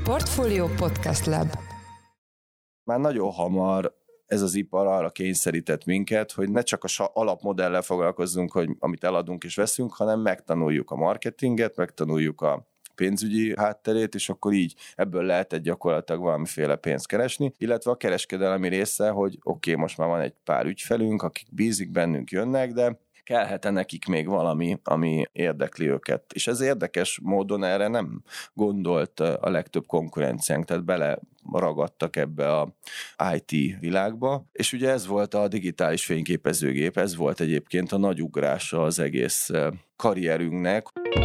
Portfolio Podcast Lab. Már nagyon hamar ez az ipar arra kényszerített minket, hogy ne csak a alapmodellel foglalkozzunk, hogy amit eladunk és veszünk, hanem megtanuljuk a marketinget, megtanuljuk a pénzügyi hátterét, és akkor így ebből lehetett gyakorlatilag valamiféle pénzt keresni, illetve a kereskedelmi része, hogy oké, most már van egy pár ügyfelünk, akik bízik bennünk, jönnek, de kellhet-e nekik még valami, ami érdekli őket. És ez érdekes módon erre nem gondolt a legtöbb konkurenciánk, tehát bele ragadtak ebbe a IT világba, és ugye ez volt a digitális fényképezőgép, ez volt egyébként a nagy ugrása az egész karrierünknek.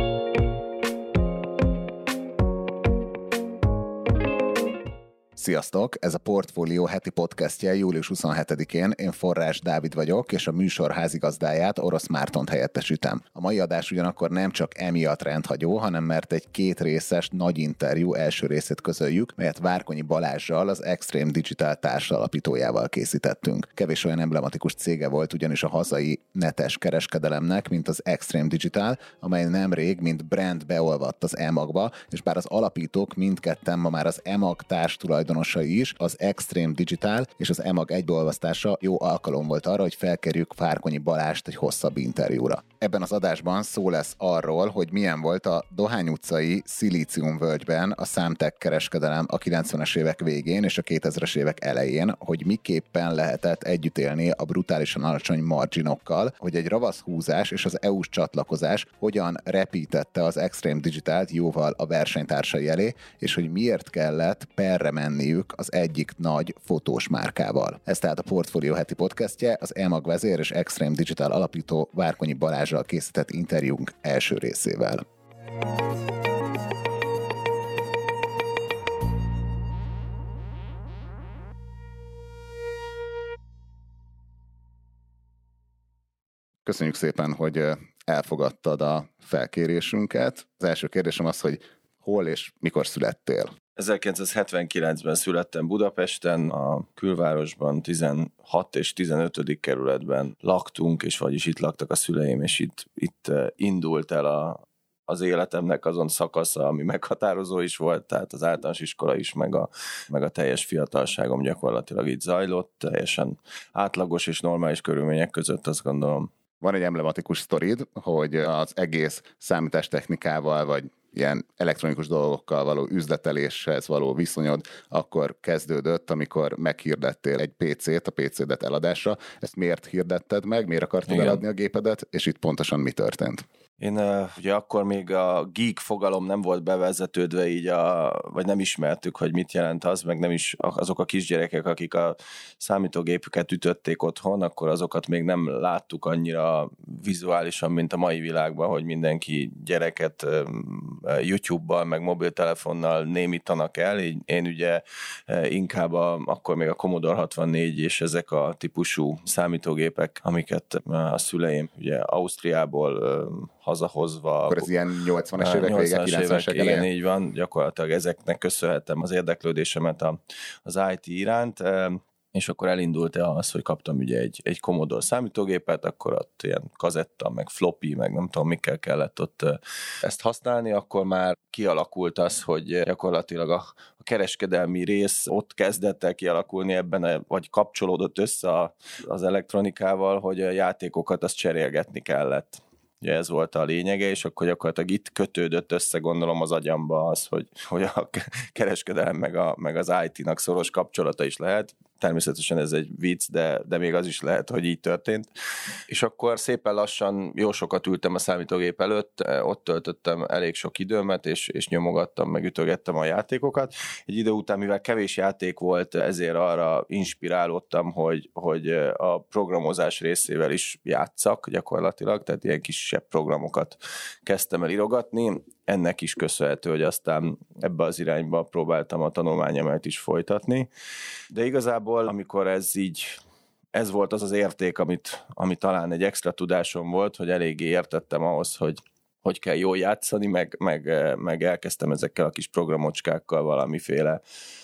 Sziasztok! Ez a Portfolio heti podcastje július 27-én. Én Forrás Dávid vagyok, és a műsor házigazdáját, Orosz Mártont helyettesítem. A mai adás ugyanakkor nem csak emiatt rendhagyó, hanem mert egy 2 részes nagy interjú első részét közöljük, melyet Várkonyi Balázssal, az Extreme Digital társalapítójával készítettünk. Kevés olyan emblematikus cége volt ugyanis a hazai netes kereskedelemnek, mint az Extreme Digital, amely nemrég mint brand beolvadt az EMAG-ba, és bár az alapítók mindketten ma már az EMAG társtulajdonosai is, az Extreme Digital és az EMAG egybeolvasztása jó alkalom volt arra, hogy felkérjük Várkonyi Balázst egy hosszabb interjúra. Ebben az adásban szó lesz arról, hogy milyen volt a Dohány utcai Szilíciumvölgyben a számtech kereskedelem a 90-es évek végén és a 2000-es évek elején, hogy miképpen lehetett együtt élni a brutálisan alacsony marginokkal, hogy egy ravaszhúzás és az EU-s csatlakozás hogyan repítette az Extreme Digitalt jóval a versenytársai elé, és hogy miért kellett perre menniük az egyik nagy fotós márkával. Ez tehát a Portfolio heti podcastje, az EMAG vezér és Extreme Digital alapító Várkonyi Balázssal készített interjúnk első részével. Köszönjük szépen, hogy elfogadtad a felkérésünket. Az első kérdésem az, hogy hol és mikor születtél? 1979-ben születtem Budapesten, a külvárosban 16 és 15. kerületben laktunk, és vagyis itt laktak a szüleim, és itt indult el az életemnek azon szakasza, ami meghatározó is volt, tehát az általános iskola is, meg a teljes fiatalságom gyakorlatilag itt zajlott, teljesen átlagos és normális körülmények között, azt gondolom. Van egy emblematikus sztorid, hogy az egész számítástechnikával, vagy ilyen elektronikus dolgokkal való üzleteléshez való viszonyod akkor kezdődött, amikor meghirdettél egy PC-t, a PC-det eladásra. Ezt miért hirdetted meg? Miért akartad eladni a gépedet? És itt pontosan mi történt? Én ugye akkor még a geek fogalom nem volt bevezetődve így, vagy nem ismertük, hogy mit jelent az, meg nem is azok a kisgyerekek, akik a számítógépüket ütötték otthon, akkor azokat még nem láttuk annyira vizuálisan, mint a mai világban, hogy mindenki gyereket YouTube-bal, meg mobiltelefonnal némítanak el. Én ugye inkább akkor még a Commodore 64 és ezek a típusú számítógépek, amiket a szüleim ugye Ausztriából hazahozva. Akkor ez ilyen 80-as évek vége, 90-es évek igen, így van, gyakorlatilag ezeknek köszönhetem az érdeklődésemet az IT iránt, és akkor elindult az, hogy kaptam ugye egy Commodore számítógépet, akkor ott ilyen kazetta, meg floppy, meg nem tudom, mikkel kellett ott ezt használni, akkor már kialakult az, hogy gyakorlatilag a kereskedelmi rész ott kezdett el kialakulni ebben, vagy kapcsolódott össze az elektronikával, hogy a játékokat azt cserélgetni kellett. Ugye ez volt a lényege, és akkor gyakorlatilag itt kötődött össze, gondolom az agyamba az, hogy a kereskedelem meg az IT-nak szoros kapcsolata is lehet. Természetesen ez egy vicc, de még az is lehet, hogy így történt. És akkor szépen lassan jó sokat ültem a számítógép előtt, ott töltöttem elég sok időmet, és nyomogattam, meg ütögettem a játékokat. Egy idő után, mivel kevés játék volt, ezért arra inspirálódtam, hogy a programozás részével is játsszak gyakorlatilag, tehát ilyen kisebb programokat kezdtem el írogatni. Ennek is köszönhető, hogy aztán ebbe az irányba próbáltam a tanulmányomat is folytatni. De igazából, amikor ez volt az érték, ami talán egy extra tudásom volt, hogy eléggé értettem ahhoz, hogy kell jól játszani, meg elkezdtem ezekkel a kis programocskákkal valamiféle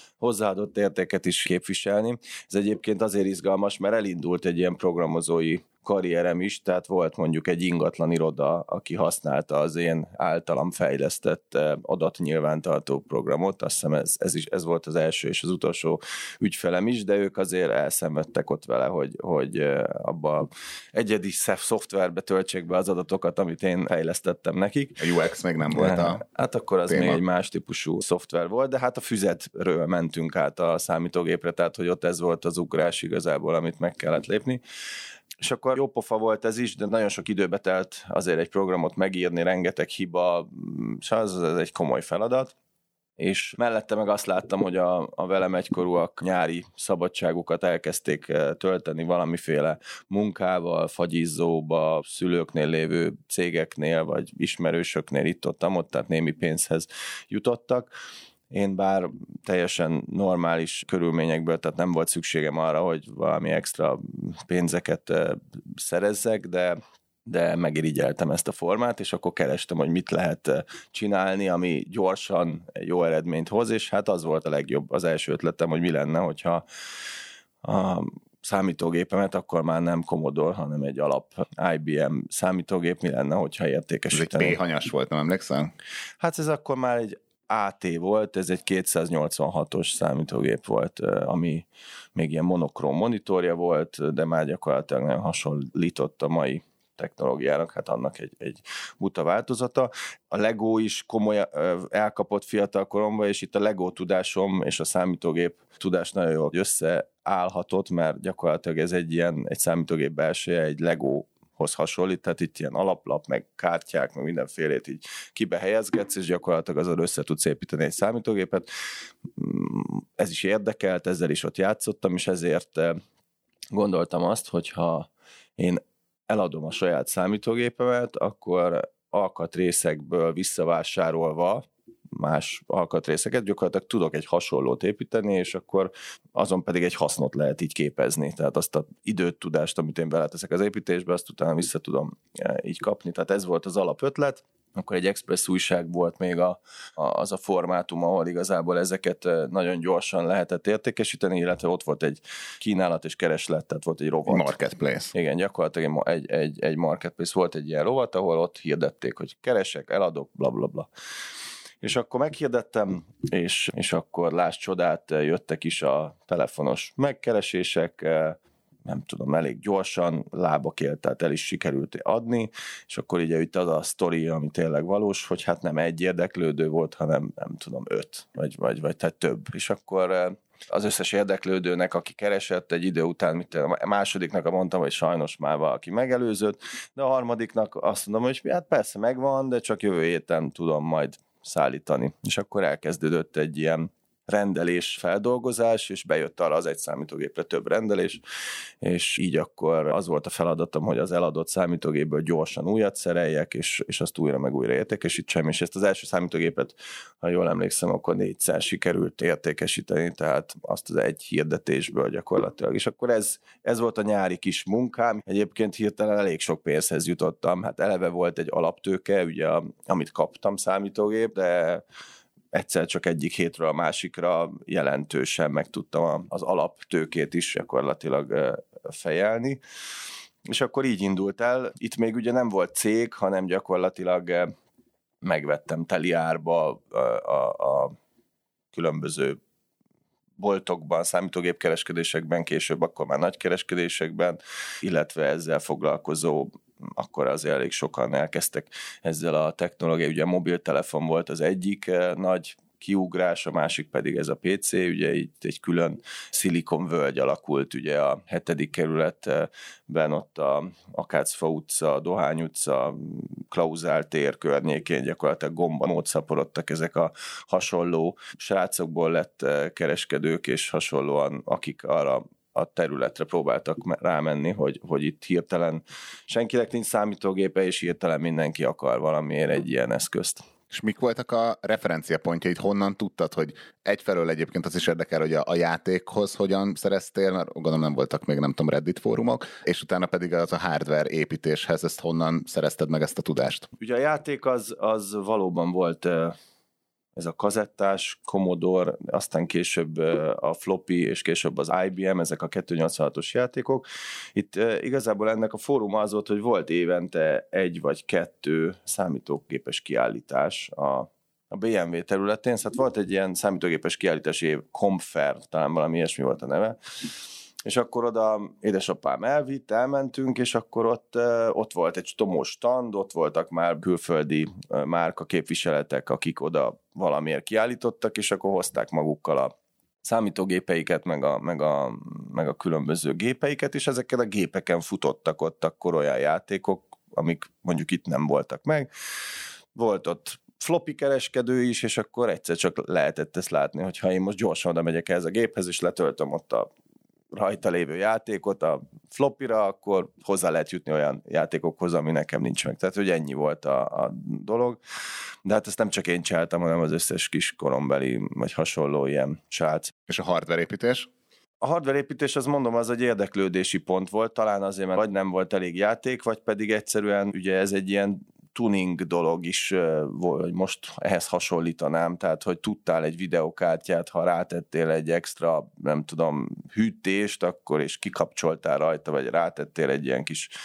hozzáadott értéket is képviselni. Ez egyébként azért izgalmas, mert elindult egy ilyen programozói karrierem is, tehát volt mondjuk egy ingatlan iroda, aki használta az én általam fejlesztett adatnyilvántartó programot, azt hiszem ez volt az első és az utolsó ügyfelem is, de ők azért elszenvedtek ott vele, hogy abba egyedi szoftverbe töltsék be az adatokat, amit én fejlesztettem nekik. A UX még nem volt a Hát akkor az téma. még egy más típusú szoftver volt, de hát a füzetről mentünk át a számítógépre, tehát hogy ott ez volt az ugrás igazából, amit meg kellett lépni. És akkor jó pofa volt ez is, de nagyon sok időbe telt azért egy programot megírni, rengeteg hiba, és az egy komoly feladat. És mellette meg azt láttam, hogy a velem egykorúak nyári szabadságukat elkezdték tölteni valamiféle munkával, fagyizzóba, szülőknél lévő cégeknél, vagy ismerősöknél itt-ott, tehát némi pénzhez jutottak. Én bár teljesen normális körülményekből, tehát nem volt szükségem arra, hogy valami extra pénzeket szerezzek, de megirigyeltem ezt a formát, és akkor kerestem, hogy mit lehet csinálni, ami gyorsan jó eredményt hoz, és hát az volt a legjobb, az első ötletem, hogy mi lenne, hogyha a számítógépemet akkor már nem Commodore, hanem egy alap IBM számítógép, mi lenne, hogyha értékesíteni. Ez egy P-hanyas volt, nem emlékszem? Hát ez akkor már egy AT volt, ez egy 286-os számítógép volt, ami még ilyen monokróm monitorja volt, de már gyakorlatilag nagyon hasonlított a mai technológiának, hát annak egy buta változata. A Lego is komoly elkapott fiatal koromban, és itt a Lego tudásom és a számítógép tudás nagyon jól összeállhatott, mert gyakorlatilag ez egy számítógép belseje, egy Legóhoz hasonlít, tehát itt ilyen alaplap, meg kártyák, meg mindenfélét így kibehelyezgetsz, és gyakorlatilag azon össze tudsz építeni egy számítógépet. Ez is érdekelt, ezzel is ott játszottam, és ezért gondoltam azt, hogyha én eladom a saját számítógépemet, akkor alkatrészekből visszavásárolva más alkatrészeket, gyakorlatilag tudok egy hasonlót építeni, és akkor azon pedig egy hasznot lehet így képezni. Tehát azt az időt, tudást, amit én beleteszek az építésbe, azt utána vissza tudom így kapni. Tehát ez volt az alapötlet. Akkor egy Express újság volt még az a formátum, ahol igazából ezeket nagyon gyorsan lehetett értékesíteni, illetve ott volt egy kínálat és kereslet, tehát volt egy rovat. Marketplace. Igen, gyakorlatilag egy marketplace volt, egy ilyen rovat, ahol ott hirdették, hogy keresek, eladok, blablabla. Bla, bla. És akkor meghirdettem, és akkor láss csodát, jöttek is a telefonos megkeresések, nem tudom, elég gyorsan lábakért, tehát el is sikerült adni, és akkor ugye itt az a sztori, ami tényleg valós, hogy hát nem egy érdeklődő volt, hanem nem tudom, 5, vagy tehát több. És akkor az összes érdeklődőnek, aki keresett egy idő után, a másodiknak mondtam, hogy sajnos már valaki megelőzött, de a harmadiknak azt mondom, hogy hát persze megvan, de csak jövő héten tudom majd szállítani. És akkor elkezdődött egy ilyen rendelés, feldolgozás, és bejött arra az egy számítógépre több rendelés, és így akkor az volt a feladatom, hogy az eladott számítógépből gyorsan újat szereljek, és azt újra meg újra értékesítsem, és ezt az első számítógépet, ha jól emlékszem, akkor 4-szer sikerült értékesíteni, tehát azt az egy hirdetésből gyakorlatilag. És akkor ez volt a nyári kis munkám. Egyébként hirtelen elég sok pénzhez jutottam. Hát eleve volt egy alaptőke, ugye, amit kaptam számítógép, de egyszer csak egyik hétről a másikra jelentősen meg tudtam az alaptőkét is gyakorlatilag fejelni. És akkor így indult el. Itt még ugye nem volt cég, hanem gyakorlatilag megvettem teli árba a különböző boltokban, számítógépkereskedésekben, később akkor már nagykereskedésekben, illetve ezzel foglalkozó, akkor azért elég sokan elkezdtek ezzel a technológiai, ugye a mobiltelefon volt az egyik nagy kiugrás, a másik pedig ez a PC, ugye itt egy külön szilikonvölgy alakult, ugye a 7. kerületben ott a Akácfa utca, a Dohány utca, Klauzál tér környékén gyakorlatilag gomban szaporodtak ezek a hasonló srácokból lett kereskedők, és hasonlóan akik arra a területre próbáltak rámenni, hogy itt hirtelen senkinek nincs számítógépe, és hirtelen mindenki akar valamiért egy ilyen eszközt. És mik voltak a referenciapontjaid? Honnan tudtad, hogy egyfelől egyébként az is érdekel, hogy a játékhoz hogyan szereztél, mert gondolom nem voltak még, nem tudom, Reddit fórumok, és utána pedig az a hardware építéshez, ezt honnan szerezted meg ezt a tudást? Ugye a játék az valóban volt ez a kazettás Commodore, aztán később a floppy, és később az IBM, ezek a 286-os játékok. Itt igazából ennek a fóruma az volt, hogy volt évente 1 vagy 2 számítógépes kiállítás a BMW területén, szóval volt egy ilyen számítógépes kiállítási év, Compfair, talán valami ilyesmi volt a neve, és akkor oda édesapám elvitt, elmentünk, és akkor ott volt egy tomó stand, ott voltak már külföldi márka képviseletek, akik oda valamiért kiállítottak, és akkor hozták magukkal a számítógépeiket, meg a különböző gépeiket, és ezeken a gépeken futottak ott akkor olyan játékok, amik mondjuk itt nem voltak meg. Volt ott floppy kereskedő is, és akkor egyszer csak lehetett ezt látni, hogyha én most gyorsan oda megyek ez a géphez, és letöltöm ott a rajta lévő játékot a floppira, akkor hozzá lehet jutni olyan játékokhoz, ami nekem nincs meg. Tehát, hogy ennyi volt a dolog. De hát ezt nem csak én csináltam, hanem az összes kis korombeli, vagy hasonló ilyen srác. És a hardware építés? A hardware építés, azt mondom, az egy érdeklődési pont volt, talán azért, mert vagy nem volt elég játék, vagy pedig egyszerűen ugye ez egy ilyen tuning dolog is, hogy most ehhez hasonlítanám, tehát, hogy tudtál egy videokártyát, ha rátettél egy extra, nem tudom, hűtést, akkor és kikapcsoltál rajta, vagy rátettél egy ilyen kis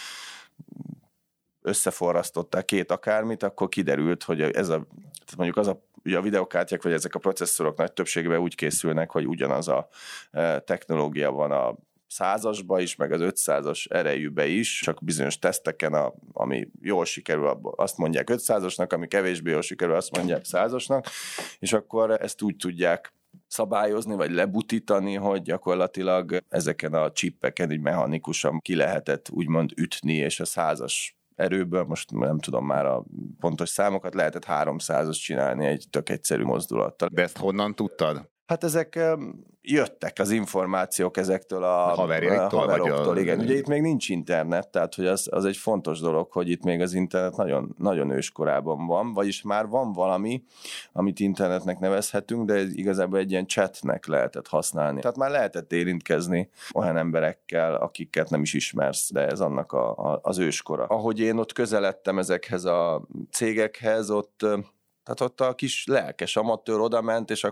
összeforrasztottál 2 akármit, akkor kiderült, hogy mondjuk ugye a videokártyák, vagy ezek a processzorok nagy többségében úgy készülnek, hogy ugyanaz a technológia van a 100-asba is, meg az 500-as erejűbe is, csak bizonyos teszteken, ami jól sikerül, azt mondják 500-asnak, ami kevésbé jól sikerül, azt mondják 100-asnak, és akkor ezt úgy tudják szabályozni, vagy lebutítani, hogy gyakorlatilag ezeken a csippeken így mechanikusan ki lehetett úgymond ütni, és a 100-as erőből, most nem tudom már a pontos számokat, lehetett 300-as csinálni egy tök egyszerű mozdulattal. De ezt honnan tudtad? Hát ezek jöttek az információk ezektől a haveroktól. Igen, ugye itt még nincs internet, tehát hogy az egy fontos dolog, hogy itt még az internet nagyon, nagyon őskorában van, vagyis már van valami, amit internetnek nevezhetünk, de igazából egy ilyen chatnek lehetett használni. Tehát már lehetett érintkezni olyan emberekkel, akiket nem is ismersz, de ez annak az őskora. Ahogy én ott közeledtem ezekhez a cégekhez, tehát ott a kis lelkes amatőr odament, és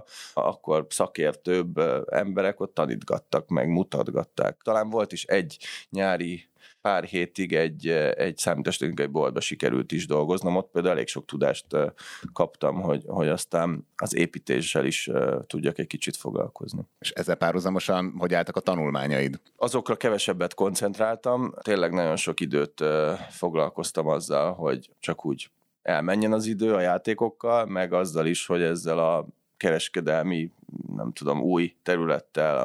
akkor szakértőbb emberek ott tanítgattak, meg mutatgatták. Talán volt is egy nyári pár hétig egy számítástechnikai boltba sikerült is dolgoznom, ott például elég sok tudást kaptam, hogy aztán az építéssel is tudjak egy kicsit foglalkozni. És ezzel párhuzamosan hogy álltak a tanulmányaid? Azokra kevesebbet koncentráltam, tényleg nagyon sok időt foglalkoztam azzal, hogy csak úgy elmenjen az idő a játékokkal, meg azzal is, hogy ezzel a kereskedelmi, nem tudom, új területtel,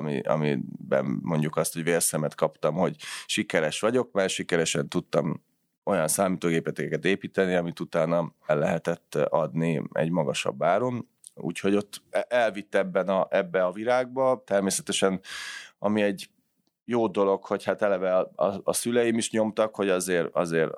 amiben mondjuk azt, hogy vérszemet kaptam, hogy sikeres vagyok, mert sikeresen tudtam olyan számítógépeket építeni, amit utána el lehetett adni egy magasabb áron. Úgyhogy ott elvitt ebbe a virágba. Természetesen, ami egy jó dolog, hogy hát eleve a szüleim is nyomtak, hogy azért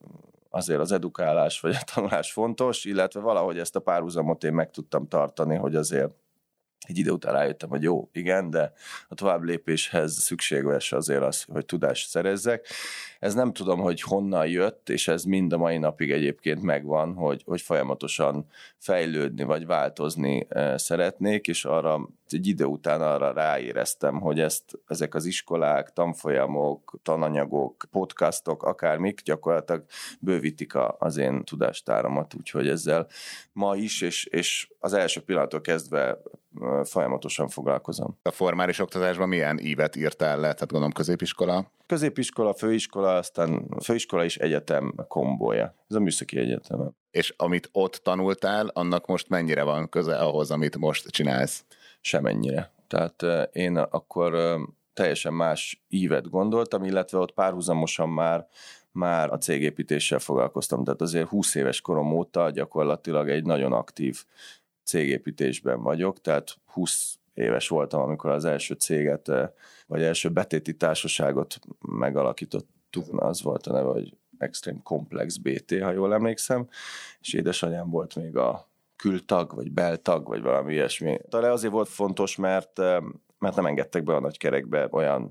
az edukálás vagy a tanulás fontos, illetve valahogy ezt a párhuzamot én meg tudtam tartani, hogy azért egy idő után rájöttem, hogy jó, igen, de a tovább lépéshez szükséges azért az, hogy tudást szerezzek. Ez nem tudom, hogy honnan jött, és ez mind a mai napig egyébként megvan, hogy folyamatosan fejlődni vagy változni szeretnék, és arra egy idő után arra ráéreztem, hogy ezek az iskolák, tanfolyamok, tananyagok, podcastok, akármik gyakorlatilag bővítik az én tudástáramat, úgyhogy ezzel ma is, és az első pillanattól kezdve folyamatosan foglalkozom. A formális oktatásban milyen ívet írtál le? Tehát gondolom középiskola? Középiskola, főiskola, aztán főiskola és egyetem kombója. Ez a műszaki egyetem. És amit ott tanultál, annak most mennyire van köze ahhoz, amit most csinálsz? Semennyire. Tehát én akkor teljesen más ívet gondoltam, illetve ott párhuzamosan már a cégépítéssel foglalkoztam. Tehát azért 20 éves korom óta gyakorlatilag egy nagyon aktív cégépítésben vagyok, tehát 20 éves voltam, amikor az első céget, vagy első betéti társaságot megalakítottuk, az volt a neve, hogy Extreme Complex BT, ha jól emlékszem, és édesanyám volt még a kültag, vagy beltag, vagy valami ilyesmi. De azért volt fontos, mert nem engedtek be a nagy kerekbe olyan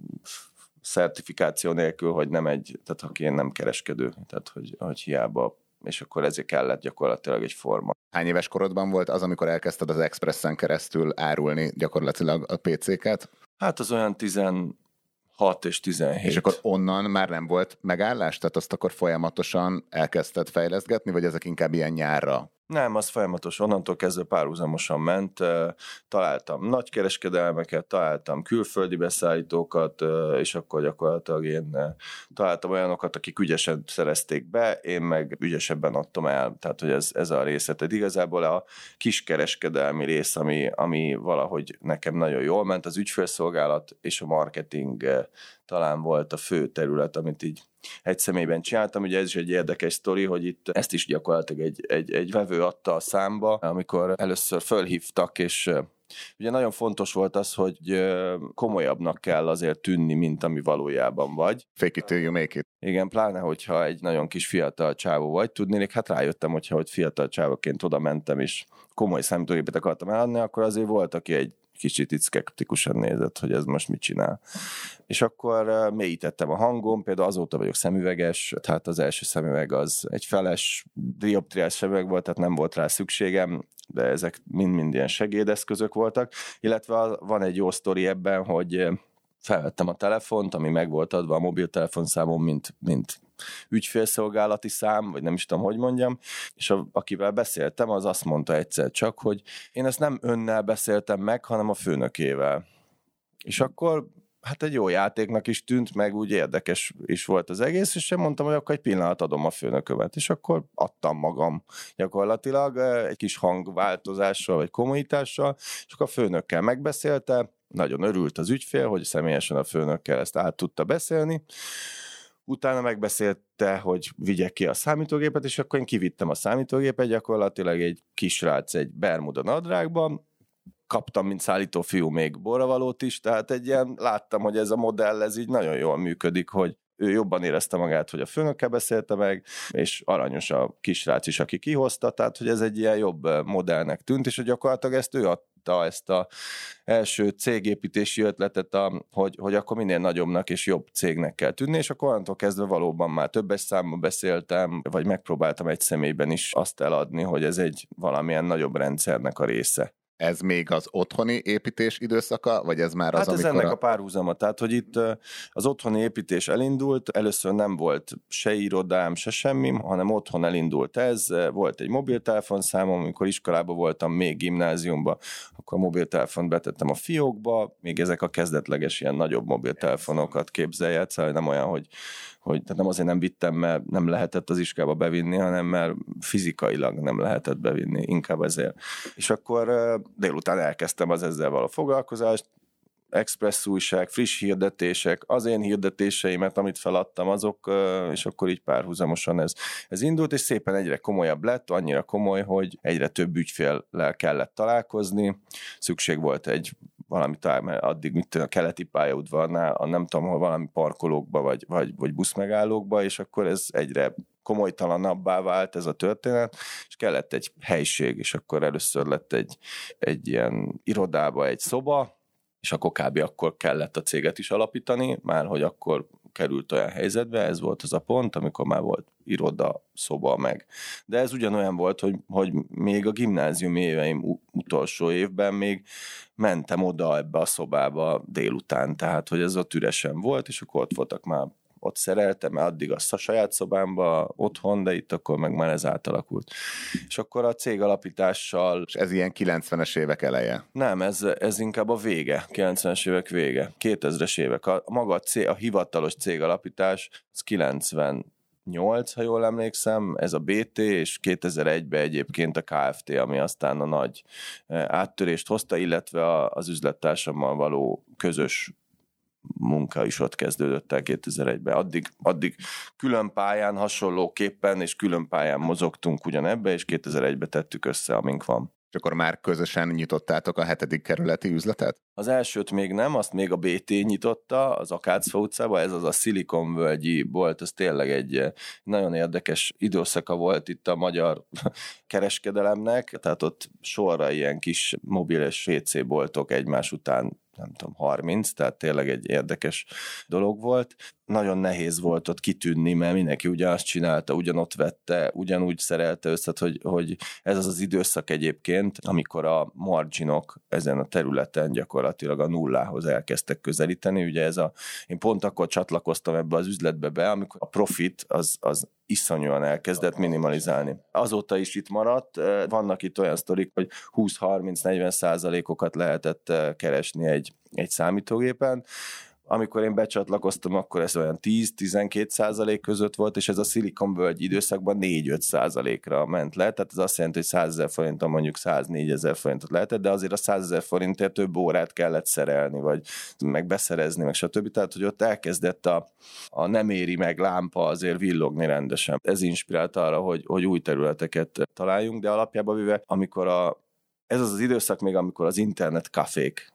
szertifikáció nélkül, hogy tehát aki én nem kereskedő, tehát hogy hiába és akkor ezért kellett gyakorlatilag egy forma. Hány éves korodban volt az, amikor elkezdted az Expressen keresztül árulni gyakorlatilag a PC-ket? Hát az olyan 16 és 17. És akkor onnan már nem volt megállás? Tehát azt akkor folyamatosan elkezdted fejleszgetni, vagy ezek inkább ilyen nyárra? Nem, az folyamatos, onnantól kezdve párhuzamosan ment. Találtam nagykereskedelmeket, találtam külföldi beszállítókat, és akkor gyakorlatilag én találtam olyanokat, akik ügyesen szerezték be, én meg ügyesebben adtam el. Tehát, hogy ez a része. Tehát igazából a kiskereskedelmi rész, ami valahogy nekem nagyon jól ment, az ügyfélszolgálat és a marketing talán volt a fő terület, amit így egy személyben csináltam. Ugye ez is egy érdekes sztori, hogy itt ezt is gyakorlatilag egy vevő adta a számba, amikor először fölhívtak, és ugye nagyon fontos volt az, hogy komolyabbnak kell azért tűnni, mint ami valójában vagy. Fake it till you make it. Igen, pláne, hogyha egy nagyon kis fiatal csávó vagy, tudnék, hát rájöttem, hogy fiatal csávóként oda mentem, és komoly számítógépet akartam eladni, akkor azért volt, aki egy kicsit itt szkeptikusan nézett, hogy ez most mit csinál. És akkor mélyítettem a hangom, például azóta vagyok szemüveges, tehát az első szemüveg az egy feles dioptriás szemüveg volt, tehát nem volt rá szükségem, de ezek mind-mind ilyen segédeszközök voltak, illetve van egy jó sztori ebben, hogy felvettem a telefont, ami meg volt adva a mobiltelefonszámom, mint ügyfélszolgálati szám, vagy nem is tudom, hogy mondjam, és akivel beszéltem, az azt mondta egyszer csak, hogy én ezt nem önnel beszéltem meg, hanem a főnökével. És akkor hát egy jó játéknak is tűnt, meg úgy érdekes is volt az egész, és én mondtam, hogy akkor egy pillanat adom a főnökömet, és akkor adtam magam gyakorlatilag egy kis hangváltozással, vagy kommunítással, és akkor a főnökkel megbeszélte, nagyon örült az ügyfél, hogy személyesen a főnökkel ezt át tudta beszélni. Utána megbeszélte, hogy vigye ki a számítógépet, és akkor én kivittem a számítógépet, gyakorlatilag egy kisrác egy bermuda nadrágban, kaptam, mint szállító fiú még borravalót is, tehát egy ilyen, láttam, hogy ez a modell, ez így nagyon jól működik, hogy ő jobban érezte magát, hogy a főnökkel beszélte meg, és aranyos a kisrác is, aki kihozta, tehát hogy ez egy ilyen jobb modellnek tűnt, és hogy gyakorlatilag ezt ő adta, ezt az első cégépítési ötletet, hogy akkor minél nagyobbnak és jobb cégnek kell tűnni, és akkor onnantól kezdve valóban már többes számban beszéltem, vagy megpróbáltam egy személyben is azt eladni, hogy ez egy valamilyen nagyobb rendszernek a része. Ez még az otthoni építés időszaka, vagy ez már az, hát ez ennek a párhuzama. Tehát, hogy itt az otthoni építés elindult, először nem volt se irodám, se semmi, hanem otthon elindult ez. Volt egy mobiltelefonszámom, amikor iskolában voltam, még gimnáziumban, akkor a mobiltelefont betettem a fiókba, még ezek a kezdetleges ilyen nagyobb mobiltelefonokat képzelj, szóval nem olyan, hogy tehát nem azért nem vittem, mert nem lehetett az iskolába bevinni, hanem mert fizikailag nem lehetett bevinni, inkább ezért. És akkor délután elkezdtem az ezzel való foglalkozást, express újság, friss hirdetések, az én hirdetéseimet, amit feladtam, azok, és akkor így párhuzamosan ez indult, és szépen egyre komolyabb lett, annyira komoly, hogy egyre több ügyféllel kellett találkozni, szükség volt egy valami talán, mert addig a keleti pályaudvarnál, nem tudom, hol valami parkolókba, vagy buszmegállókba, és akkor ez egyre komolytalanabbá vált ez a történet, és kellett egy helység, és akkor először lett egy ilyen irodába egy szoba, és akkor kb. Akkor kellett a céget is alapítani, már hogy akkor került olyan helyzetbe, ez volt az a pont, amikor már volt iroda, szoba meg. De ez ugyanolyan volt, hogy még a gimnázium éveim utolsó évben még mentem oda ebbe a szobába délután, tehát hogy ez ott üresen volt, és akkor ott voltak már, ott szereltem, mert addig azt a saját szobámba otthon, de itt akkor meg már ez átalakult. És akkor a cég alapítással... És ez ilyen 90-es évek eleje? Nem, ez inkább a vége, 90-es évek vége, 2000-es évek. A hivatalos cég alapítás, az 98, ha jól emlékszem, ez a BT, és 2001-ben egyébként a KFT, ami aztán a nagy áttörést hozta, illetve az üzlettársammal való közös munka is ott kezdődött el 2001-ben. Addig külön pályán, hasonlóképpen és külön pályán mozogtunk ugyanebbe, és 2001-ben tettük össze, amink van. És akkor már közösen nyitottátok a 7. kerületi üzletet? Az elsőt még nem, azt még a BT nyitotta, az Akácfa utcában, ez az a szilikonvölgyi bolt, ez tényleg egy nagyon érdekes időszaka volt itt a magyar kereskedelemnek, tehát ott sorra ilyen kis mobil és WC boltok egymás után nem tudom, 30, tehát tényleg egy érdekes dolog volt. Nagyon nehéz volt ott kitűnni, mert mindenki ugyanazt csinálta, ugyanott vette, ugyanúgy szerelte össze, hogy ez az időszak egyébként, amikor a marginok ezen a területen gyakorlatilag a nullához elkezdtek közelíteni. Ugye én pont akkor csatlakoztam ebbe az üzletbe be, amikor a profit az iszonyúan elkezdett minimalizálni. Azóta is itt maradt, vannak itt olyan sztorik, hogy 20-30-40%-okat lehetett keresni egy számítógépen. Amikor én becsatlakoztam, akkor ez olyan 10-12% között volt, és ez a Silicon Valley időszakban 4-5%-ra ment le, tehát ez azt jelenti, hogy 100 000 forinton mondjuk 104 000 forintot lehetett, de azért a 100 000 forintért több órát kellett szerelni, vagy meg beszerezni, meg stb. Tehát, hogy ott elkezdett a nem éri meg lámpa azért villogni rendesen. Ez inspirált arra, hogy új területeket találjunk, de alapjában véve, ez az időszak még, amikor az internet kafék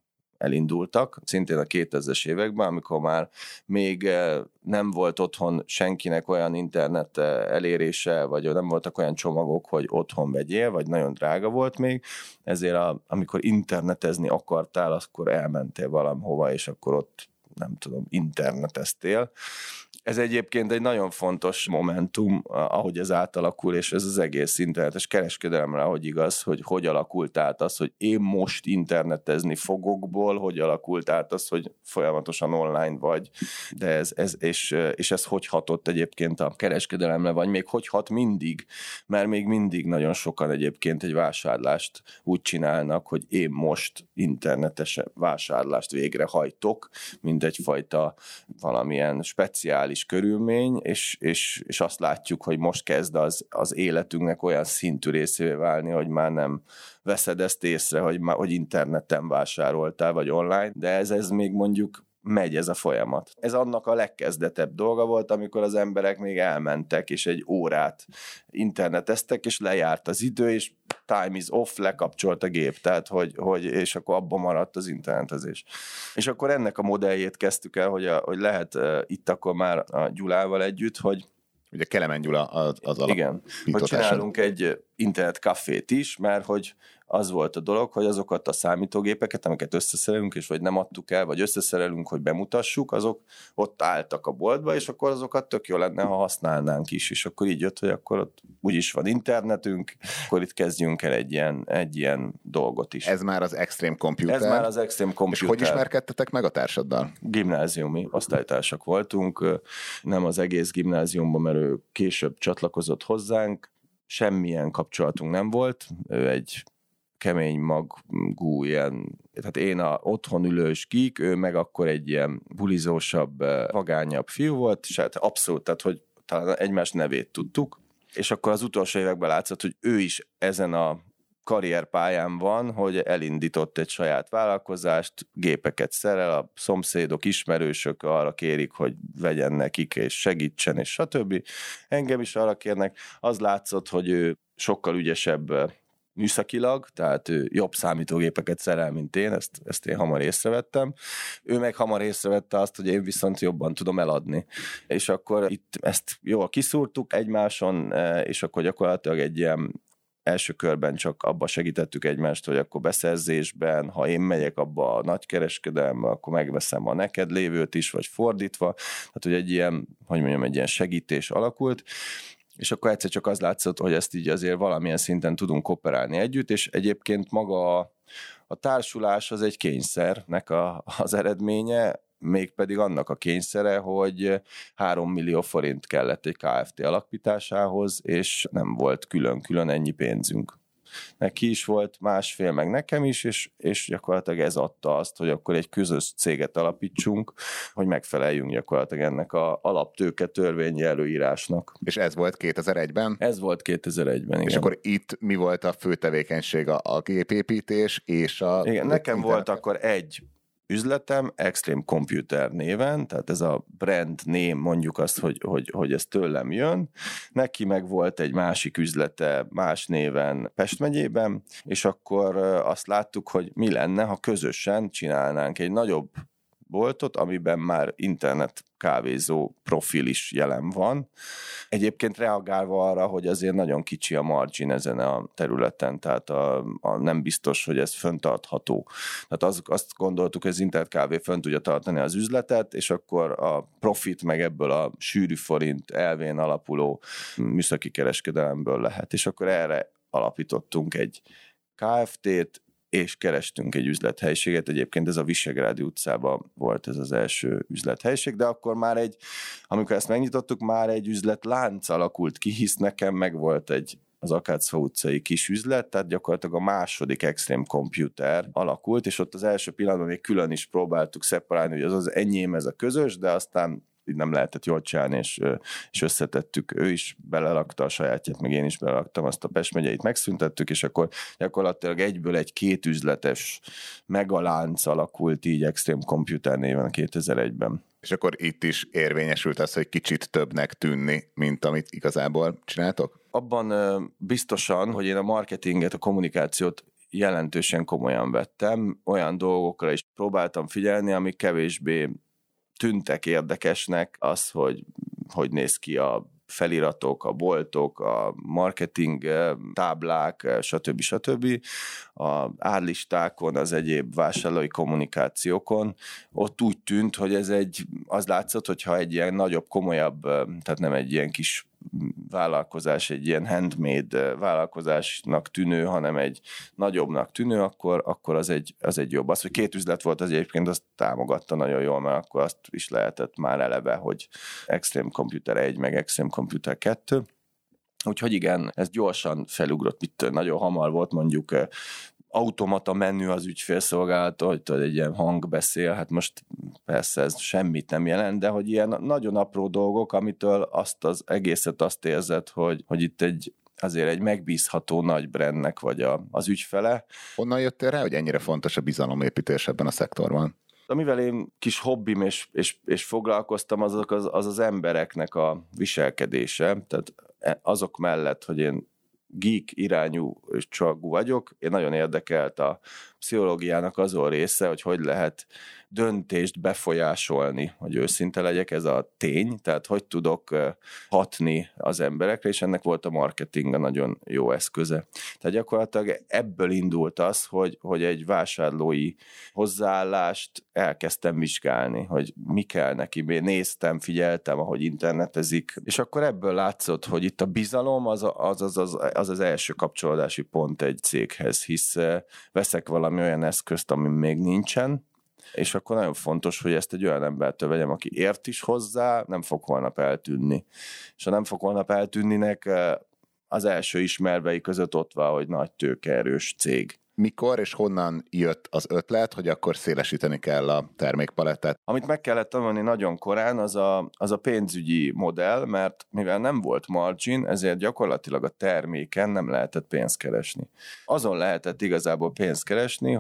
elindultak, szintén a 2000-es években, amikor már még nem volt otthon senkinek olyan internet elérése, vagy nem voltak olyan csomagok, hogy otthon vegyél, vagy nagyon drága volt még, ezért amikor internetezni akartál, akkor elmentél valahova, és akkor ott nem tudom, interneteztél. Ez egyébként egy nagyon fontos momentum, ahogy ez átalakul, és ez az egész internetes kereskedelemre, ahogy igaz, hogy alakult át az, hogy én most internetezni fogokból, hogy alakult át az, hogy folyamatosan online vagy, de és ez hogy hatott egyébként a kereskedelemre, vagy még hogy hat mindig, mert még mindig nagyon sokan egyébként egy vásárlást úgy csinálnak, hogy én most internetes vásárlást végrehajtok, mint egyfajta valamilyen speciális körülmény, és azt látjuk, hogy most kezd az életünknek olyan szintű részévé válni, hogy már nem veszed ezt észre, hogy interneten vásároltál, vagy online, de ez még mondjuk megy ez a folyamat. Ez annak a legkezdetebb dolga volt, amikor az emberek még elmentek, és egy órát interneteztek, és lejárt az idő, és time is off, lekapcsolt a gép, tehát és akkor abban maradt az internetezés. És akkor ennek a modelljét kezdtük el, hogy lehet itt akkor már a Gyulával együtt, hogy ugye Kelemen Gyula az alapító. Igen, hogy csinálunk egy internetkafét is, mert hogy az volt a dolog, hogy azokat a számítógépeket, amiket összeszerelünk, és vagy nem adtuk el, vagy összeszerelünk, hogy bemutassuk, azok ott álltak a boltba, és akkor azokat tök jó lenne, ha használnánk is, és akkor így jött, hogy akkor ott úgyis van internetünk, akkor itt kezdjünk el egy ilyen dolgot is. Ez már az Extreme Computer. Ez már az Extreme Computer. És hogy ismerkedtetek meg a társaddal? Gimnáziumi osztálytársak voltunk, nem az egész gimnáziumban, mert ő később csatlakozott hozzánk, semmilyen kapcsolatunk nem volt, ő egy kemény magú ilyen, tehát én otthon ülős geek, ő meg akkor egy ilyen bulizósabb, vagányabb fiú volt, és hát abszolút, tehát hogy talán egymás nevét tudtuk, és akkor az utolsó években látszott, hogy ő is ezen a karrierpályán van, hogy elindított egy saját vállalkozást, gépeket szerel, a szomszédok, ismerősök arra kérik, hogy vegyen nekik, és segítsen, és stb. Engem is arra kérnek. Az látszott, hogy ő sokkal ügyesebb műszakilag, tehát ő jobb számítógépeket szerel, mint én, ezt én hamar észrevettem. Ő meg hamar észrevette azt, hogy én viszont jobban tudom eladni. És akkor itt ezt jól kiszúrtuk egymáson, és akkor gyakorlatilag egy ilyen első körben csak abba segítettük egymást, hogy akkor beszerzésben, ha én megyek abba a nagykereskedelembe, akkor megveszem a neked lévőt is, vagy fordítva. Tehát, hogy egy ilyen, egy ilyen segítés alakult, és akkor egyszer csak az látszott, hogy ezt így azért valamilyen szinten tudunk operálni együtt, és egyébként maga a társulás az egy kényszernek az eredménye, mégpedig annak a kényszere, hogy 3 millió forint kellett egy Kft. Alapításához, és nem volt külön-külön ennyi pénzünk. Neki is volt 1,5, meg nekem is, és gyakorlatilag ez adta azt, hogy akkor egy közös céget alapítsunk, hogy megfeleljünk gyakorlatilag ennek a alaptőke törvényi előírásnak. És ez volt 2001-ben? Ez volt 2001-ben, igen. És akkor itt mi volt a fő tevékenység? A gépépítés és a... Igen, nekem volt akkor egy üzletem, Extreme Computer néven, tehát ez a brand name, mondjuk azt, hogy ez tőlem jön. Neki meg volt egy másik üzlete más néven Pest megyében, és akkor azt láttuk, hogy mi lenne, ha közösen csinálnánk egy nagyobb boltot, amiben már internet kávézó profil is jelen van. Egyébként reagálva arra, hogy azért nagyon kicsi a margin ezen a területen, tehát nem biztos, hogy ez fenntartható. Tehát azt gondoltuk, hogy az internetkávé fönn tudja tartani az üzletet, és akkor a profit meg ebből a sűrű forint elvén alapuló műszaki kereskedelemből lehet. És akkor erre alapítottunk egy Kft-t, és kerestünk egy üzlethelyiséget. Egyébként ez a Visegrádi utcában volt ez az első üzlethelyiség, de akkor már amikor ezt megnyitottuk, már egy üzletlánc alakult ki, hisz nekem meg volt az Akácfa utcai kis üzlet, tehát gyakorlatilag a második Extreme Computer alakult, és ott az első pillanatban még külön is próbáltuk szeparálni, hogy az enyém, ez a közös, de aztán így nem lehetett jól csinálni, és összetettük. Ő is belelakta a sajátját, meg én is belelaktam, azt a Pest megyeit megszüntettük, és akkor gyakorlatilag egyből egy kétüzletes megalánc alakult így Extreme Computer néven 2001-ben. És akkor itt is érvényesült az, hogy kicsit többnek tűnni, mint amit igazából csináltok? Abban biztosan, hogy én a marketinget, a kommunikációt jelentősen komolyan vettem, olyan dolgokra is próbáltam figyelni, amik kevésbé tűntek érdekesnek, az, hogy néz ki a feliratok, a boltok, a marketing táblák, stb. A árlistákon, az egyéb vásárlói kommunikációkon. Ott úgy tűnt, hogy az látszott, hogyha egy ilyen nagyobb, komolyabb, tehát nem egy ilyen kis vállalkozás, egy ilyen handmade vállalkozásnak tűnő, hanem egy nagyobbnak tűnő, akkor az egy jobb. Az, hogy két üzlet volt, az egyébként azt támogatta nagyon jól, mert akkor azt is lehetett már eleve, hogy Extreme Computer 1, meg Extreme Computer 2. Úgyhogy igen, ez gyorsan felugrott, itt nagyon hamar volt mondjuk automata menü az ügyfélszolgálat, hogy egy ilyen hang beszél, hát most persze ez semmit nem jelent, de hogy ilyen nagyon apró dolgok, amitől az egészet azt érzed, hogy itt azért egy megbízható nagy brandnek vagy az ügyfele. Honnan jöttél rá, hogy ennyire fontos a bizalomépítés ebben a szektorban? Amivel én kis hobbim és foglalkoztam, az embereknek a viselkedése, tehát azok mellett, hogy én geek irányú csagú vagyok, én nagyon érdekelt a pszichológiának azon része, hogy lehet döntést befolyásolni, hogy őszinte legyek, ez a tény, tehát hogy tudok hatni az emberekre, és ennek volt a marketing a nagyon jó eszköze. Tehát gyakorlatilag ebből indult az, hogy egy vásárlói hozzáállást elkezdtem vizsgálni, hogy mi kell neki. Én néztem, figyeltem, ahogy internetezik, és akkor ebből látszott, hogy itt a bizalom az első kapcsolódási pont egy céghez, hisz veszek valami olyan eszközt, ami még nincsen, és akkor nagyon fontos, hogy ezt egy olyan embertől vegyem, aki ért is hozzá, nem fog holnap eltűnni. És ha nem fog holnap eltűnninek, az első ismervei között ott van, hogy nagy tőkeerős cég. Mikor és honnan jött az ötlet, hogy akkor szélesíteni kell a termékpalettát? Amit meg kellett tanulni nagyon korán, az a pénzügyi modell, mert mivel nem volt margin, ezért gyakorlatilag a terméken nem lehetett pénzt keresni. Azon lehetett igazából pénzt keresni,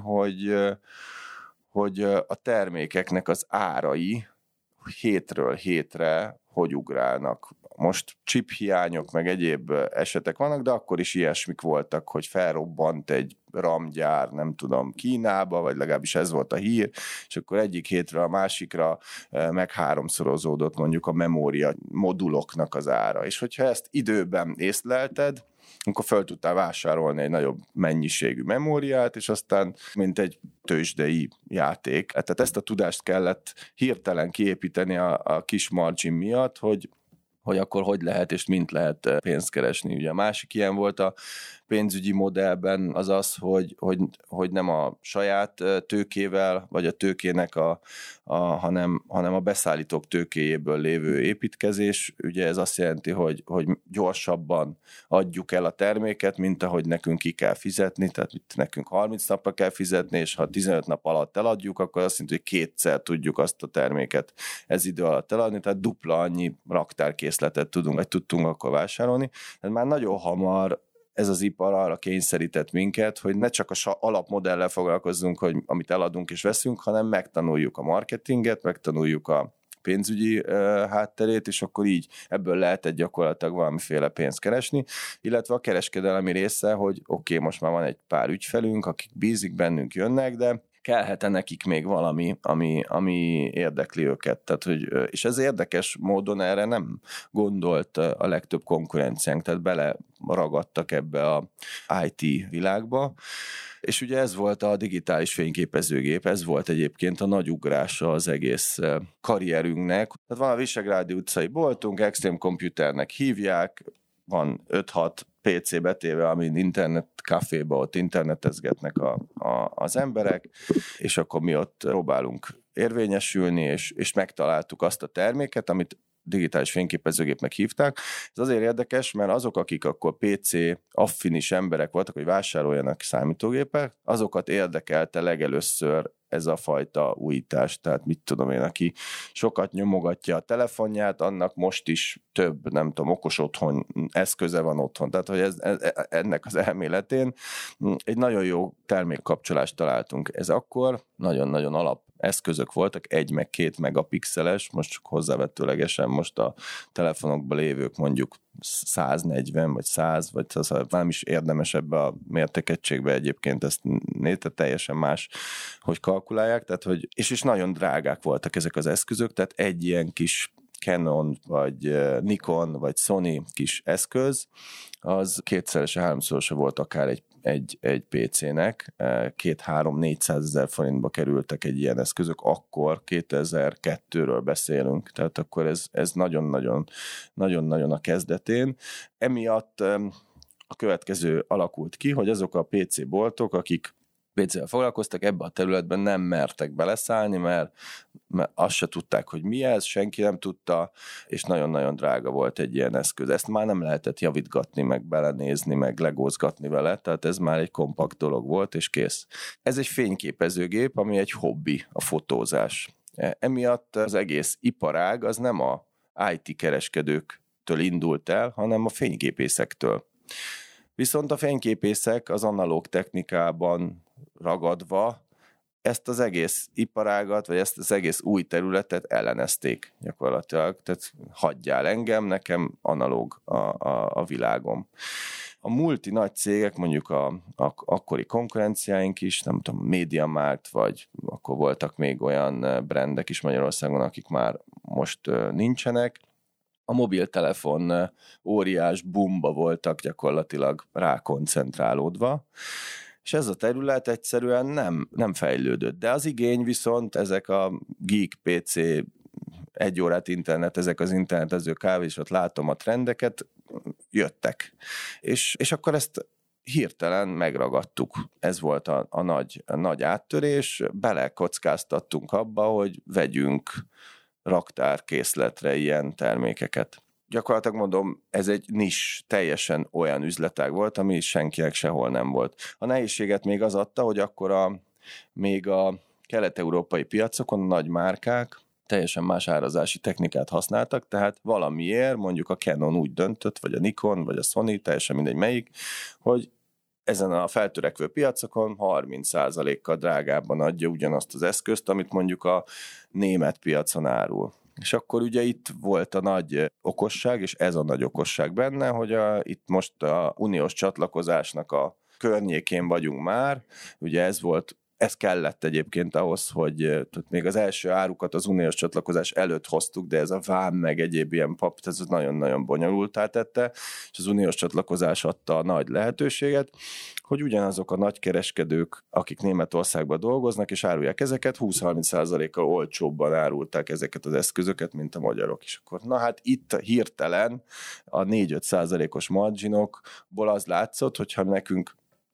hogy a termékeknek az árai hétről hétre hogy ugrálnak. Most chip hiányok, meg egyéb esetek vannak, de akkor is ilyesmik voltak, hogy felrobbant egy RAM gyár, nem tudom, Kínába, vagy legalábbis ez volt a hír, és akkor egyik hétre a másikra meg háromszorozódott mondjuk a memória moduloknak az ára. És hogyha ezt időben észlelted, akkor fel tudtál vásárolni egy nagyobb mennyiségű memóriát, és aztán mint egy tőzsdei játék. Tehát ezt a tudást kellett hirtelen kiépíteni a kis margin miatt, hogy akkor hogy lehet és mint lehet pénzt keresni. Ugye a másik ilyen volt a pénzügyi modellben az, hogy nem a saját tőkével, vagy a tőkének hanem a beszállítók tőkéjéből lévő építkezés. Ugye ez azt jelenti, hogy gyorsabban adjuk el a terméket, mint ahogy nekünk ki kell fizetni, tehát nekünk 30 napra kell fizetni, és ha 15 nap alatt eladjuk, akkor azt jelenti, hogy kétszer tudjuk azt a terméket ez idő alatt eladni, tehát dupla annyi raktárkészletet tudtunk akkor vásárolni. Tehát már nagyon hamar ez az ipar arra kényszerített minket, hogy ne csak a alapmodellel foglalkozzunk, hogy amit eladunk és veszünk, hanem megtanuljuk a marketinget, megtanuljuk a pénzügyi hátterét, és akkor így ebből lehetett gyakorlatilag valamiféle pénzt keresni, illetve a kereskedelmi része, hogy oké, most már van egy pár ügyfelünk, akik bízik bennünk, jönnek, de kellhet-e nekik még valami, ami érdekli őket. Tehát, és ez érdekes módon erre nem gondolt a legtöbb konkurenciánk, tehát beleragadtak ebbe a IT világba, és ugye ez volt a digitális fényképezőgép, ez volt egyébként a nagy ugrása az egész karrierünknek. Tehát van a Visegrádi utcai boltunk, Extreme Computernek hívják, van 5-6 PC betéve, amin internet kaféba ott internetezgetnek az emberek, és akkor mi ott próbálunk érvényesülni, és megtaláltuk azt a terméket, amit digitális fényképezőgépnek hívták. Ez azért érdekes, mert azok, akik akkor PC affinis emberek voltak, hogy vásároljanak számítógépet, azokat érdekelte legelőször ez a fajta újítás. Tehát mit tudom én, aki sokat nyomogatja a telefonját, annak most is több, nem tudom, okos otthon eszköze van otthon. Tehát, hogy ennek az elméletén egy nagyon jó termékkapcsolást találtunk. Ez akkor nagyon-nagyon alap eszközök voltak, 1 meg 2 megapixeles, most csak hozzávetőlegesen most a telefonokban lévők mondjuk 140 vagy 100, vagy nem is érdemes ebbe a mértékegységbe egyébként ezt teljesen más, hogy kalkulálják, tehát, hogy, és nagyon drágák voltak ezek az eszközök, tehát egy ilyen kis Canon, vagy Nikon, vagy Sony kis eszköz, az 2-3-szorosa volt akár egy PC-nek, 200-400 ezer forintba kerültek egy ilyen eszközök, akkor 2002-ről beszélünk, tehát akkor ez nagyon-nagyon a kezdetén. Emiatt a következő alakult ki, hogy azok a PC boltok, akik PC-vel foglalkoztak, ebbe a területben nem mertek beleszállni, mert azt se tudták, hogy mi ez, senki nem tudta, és nagyon-nagyon drága volt egy ilyen eszköz. Ezt már nem lehetett javítgatni, meg belenézni, meg legózgatni vele, tehát ez már egy kompakt dolog volt, és kész. Ez egy fényképezőgép, ami egy hobbi, a fotózás. Emiatt az egész iparág az nem a IT kereskedőktől indult el, hanem a fényképészektől. Viszont a fényképészek az analóg technikában ragadva ezt az egész iparágat, vagy ezt az egész új területet ellenezték gyakorlatilag. Tehát hagyjál engem, nekem analóg a világom. A multi nagy cégek, mondjuk a akkori konkurenciáink is, nem tudom, MediaMarkt, vagy akkor voltak még olyan brandek is Magyarországon, akik már most nincsenek, a mobiltelefon óriás bumba voltak gyakorlatilag rákoncentrálódva, és ez a terület egyszerűen nem fejlődött. De az igény viszont ezek a geek PC, 1 órát internet, ezek az internetező és ott látom a trendeket, jöttek. És akkor ezt hirtelen megragadtuk. Ez volt a nagy áttörés, belekockáztattunk abba, hogy vegyünk raktárkészletre ilyen termékeket. Gyakorlatilag mondom, ez egy nis, teljesen olyan üzletág volt, ami senkinek sehol nem volt. A nehézséget még az adta, hogy akkor még a kelet-európai piacokon a nagy márkák teljesen más árazási technikát használtak, tehát valamiért mondjuk a Canon úgy döntött, vagy a Nikon, vagy a Sony, teljesen mindegy melyik, hogy ezen a feltörekvő piacokon 30%-kal drágábban adja ugyanazt az eszközt, amit mondjuk a német piacon árul. És akkor ugye itt volt a nagy okosság, és ez a nagy okosság benne, hogy itt most a uniós csatlakozásnak a környékén vagyunk már, ugye ez kellett egyébként ahhoz, hogy még az első árukat az uniós csatlakozás előtt hoztuk, de ez a vám meg egyéb ilyen ez nagyon-nagyon bonyolultá tette, és az uniós csatlakozás adta a nagy lehetőséget, hogy ugyanazok a nagykereskedők, akik Németországban dolgoznak és árulják ezeket, 20-30%-kal olcsóbban árulták ezeket az eszközöket, mint a magyarok is. Akkor, na hát itt hirtelen a 4-5%-os marginokból az látszott, hogyha nekünk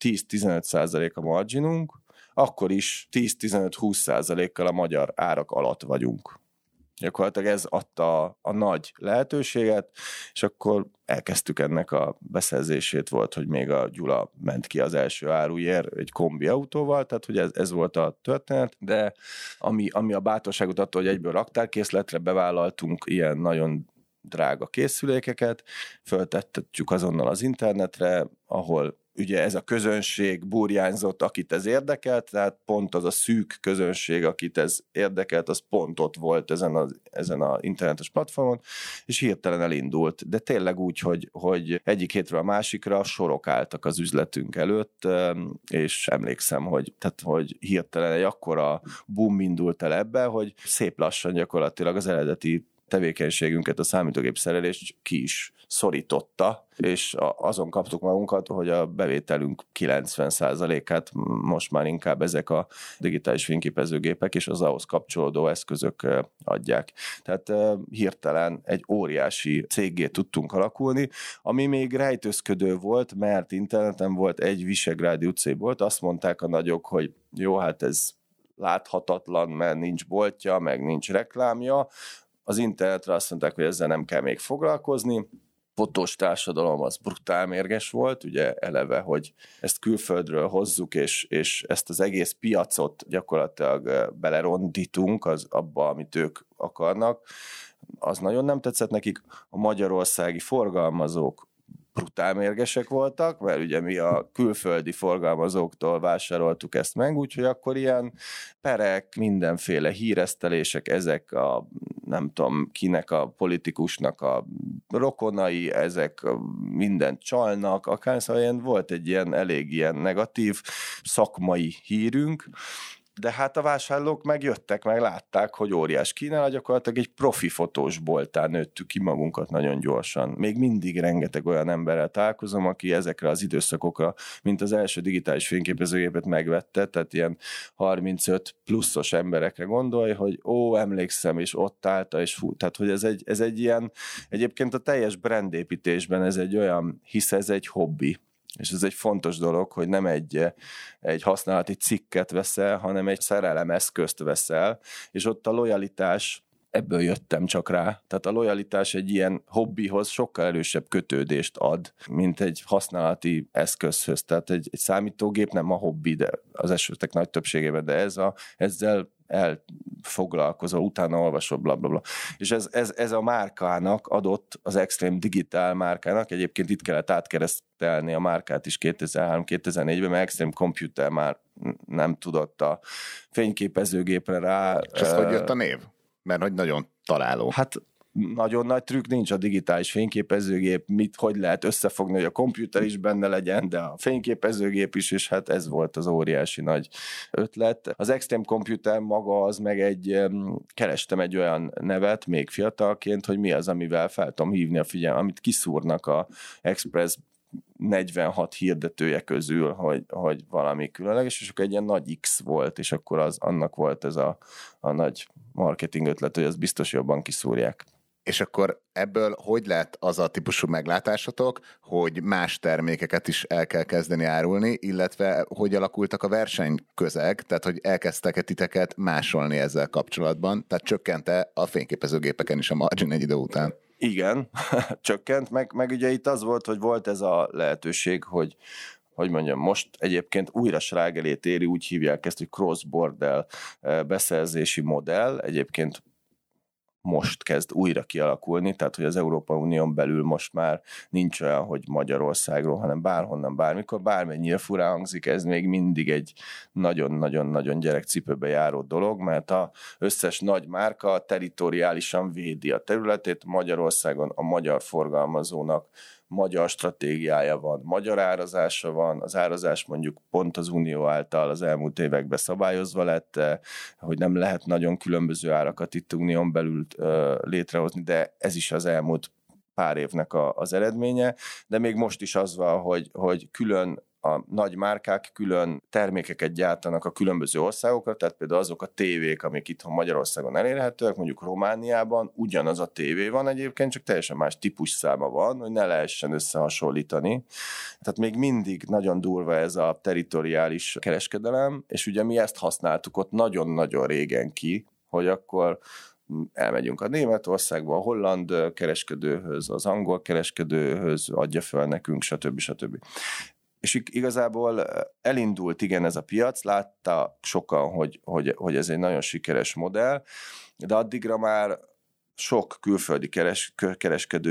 10-15% a marginunk, akkor is 10-15-20%-kal a magyar árak alatt vagyunk. Gyakorlatilag ez adta a nagy lehetőséget, és akkor elkezdtük ennek a beszerzését, volt, hogy még a Gyula ment ki az első áruért egy kombi autóval, tehát hogy ez volt a történet, de ami a bátorságot adta, hogy egyből raktárkészletre bevállaltunk ilyen nagyon drága készülékeket, föltettetjük azonnal az internetre, ahol ugye ez a közönség burjánzott, akit ez érdekelt, tehát pont az a szűk közönség, akit ez érdekelt, az pont ott volt ezen a internetes platformon, és hirtelen elindult. De tényleg úgy, hogy egyik hétről a másikra sorok álltak az üzletünk előtt, és emlékszem, hogy hirtelen egy akkora boom indult el ebbe, hogy szép lassan gyakorlatilag az eredeti tevékenységünket, a számítógép szerelést ki is szorította, és azon kaptuk magunkat, hogy a bevételünk 90%-át most már inkább ezek a digitális fényképezőgépek és az ahhoz kapcsolódó eszközök adják. Tehát hirtelen egy óriási céggé tudtunk alakulni, ami még rejtőzködő volt, mert interneten volt egy visegrádi utcai bolt, azt mondták a nagyok, hogy jó, hát ez láthatatlan, mert nincs boltja, meg nincs reklámja. Az internetre azt mondták, hogy ezzel nem kell még foglalkozni. Fotós társadalom az brutál mérges volt, ugye eleve, hogy ezt külföldről hozzuk, és ezt az egész piacot gyakorlatilag belerondítunk abba, amit ők akarnak. Az nagyon nem tetszett nekik. A magyarországi forgalmazók brutál mérgesek voltak, mert ugye mi a külföldi forgalmazóktól vásároltuk ezt meg, úgyhogy akkor ilyen perek, mindenféle híresztelések, ezek a nem tudom kinek a politikusnak a rokonai, ezek mindent csalnak, akár szóval volt egy ilyen elég ilyen negatív szakmai hírünk, de hát a vásárlók megjöttek, meg látták, hogy óriás kínálat, gyakorlatilag egy profi fotós boltán nőttük ki magunkat nagyon gyorsan. Még mindig rengeteg olyan emberrel találkozom, aki ezekre az időszakokra, mint az első digitális fényképezőgépet megvette, tehát ilyen 35 pluszos emberekre gondolj, hogy emlékszem, és ott állta, és fú, tehát hogy ez egy ilyen, egyébként a teljes brandépítésben ez egy olyan, hisz ez egy hobbi. És ez egy fontos dolog, hogy nem egy használati cikket veszel, hanem egy szerelemeszközt veszel, és ott a lojalitás, ebből jöttem csak rá, tehát a lojalitás egy ilyen hobbihoz sokkal erősebb kötődést ad, mint egy használati eszközhöz. Tehát egy számítógép nem a hobbi, de az esetek nagy többségében, de ezzel elfoglalkozol, utána olvasol, blablabla. És ez a márkának adott, az Extreme Digital márkának, egyébként itt kellett átkeresztelni a márkát is 2003-2004-ben, mert Extreme Computer már nem tudott a fényképezőgépre rá. És ez hogy jött a név? Mert hogy nagyon találó. Hát nagyon nagy trükk nincs a digitális fényképezőgép, hogy lehet összefogni, hogy a komputer is benne legyen, de a fényképezőgép is, és hát ez volt az óriási nagy ötlet. Az Extreme Computer maga az meg kerestem egy olyan nevet, még fiatalként, hogy mi az, amivel fel tudom hívni a figyelmet, amit kiszúrnak a Express 46 hirdetője közül, hogy valami különleges, és akkor egy ilyen nagy X volt, és akkor annak volt ez a nagy marketing ötlet, hogy azt biztos jobban kiszúrják. És akkor ebből hogy lett az a típusú meglátásotok, hogy más termékeket is el kell kezdeni árulni, illetve hogy alakultak a versenyközeg, tehát hogy elkezdtek-e titeket másolni ezzel kapcsolatban, tehát csökkent-e a fényképezőgépeken is a margin egy idő után? Igen, csökkent, meg ugye itt az volt, hogy volt ez a lehetőség, hogy mondjam, most egyébként újra srágelét éri, úgy hívják ezt, hogy cross-border beszerzési modell, egyébként most kezd újra kialakulni, tehát hogy az Európai Unión belül most már nincs olyan, hogy Magyarországról, hanem bárhonnan, bármikor, bármennyire furán hangzik, ez még mindig egy nagyon-nagyon-nagyon gyerekcipőbe járó dolog, mert az összes nagy márka territoriálisan védi a területét, Magyarországon a magyar forgalmazónak magyar stratégiája van, magyar árazása van, az árazás mondjuk pont az Unió által az elmúlt években szabályozva lett, hogy nem lehet nagyon különböző árakat itt Unión belül létrehozni, de ez is az elmúlt pár évnek az eredménye, de még most is az van, hogy külön a nagy márkák külön termékeket gyártanak a különböző országokra, tehát például azok a tévék, amik itthon Magyarországon elérhetőek, mondjuk Romániában ugyanaz a tévé van egyébként, csak teljesen más típusszáma van, hogy ne lehessen összehasonlítani. Tehát még mindig nagyon durva ez a territoriális kereskedelem, és ugye mi ezt használtuk ott nagyon-nagyon régen ki, hogy akkor elmegyünk a Németországba, a holland kereskedőhöz, az angol kereskedőhöz, adja fel nekünk, stb. És igazából elindult igen ez a piac, látta sokan, hogy ez egy nagyon sikeres modell, de addigra már sok külföldi kereskedő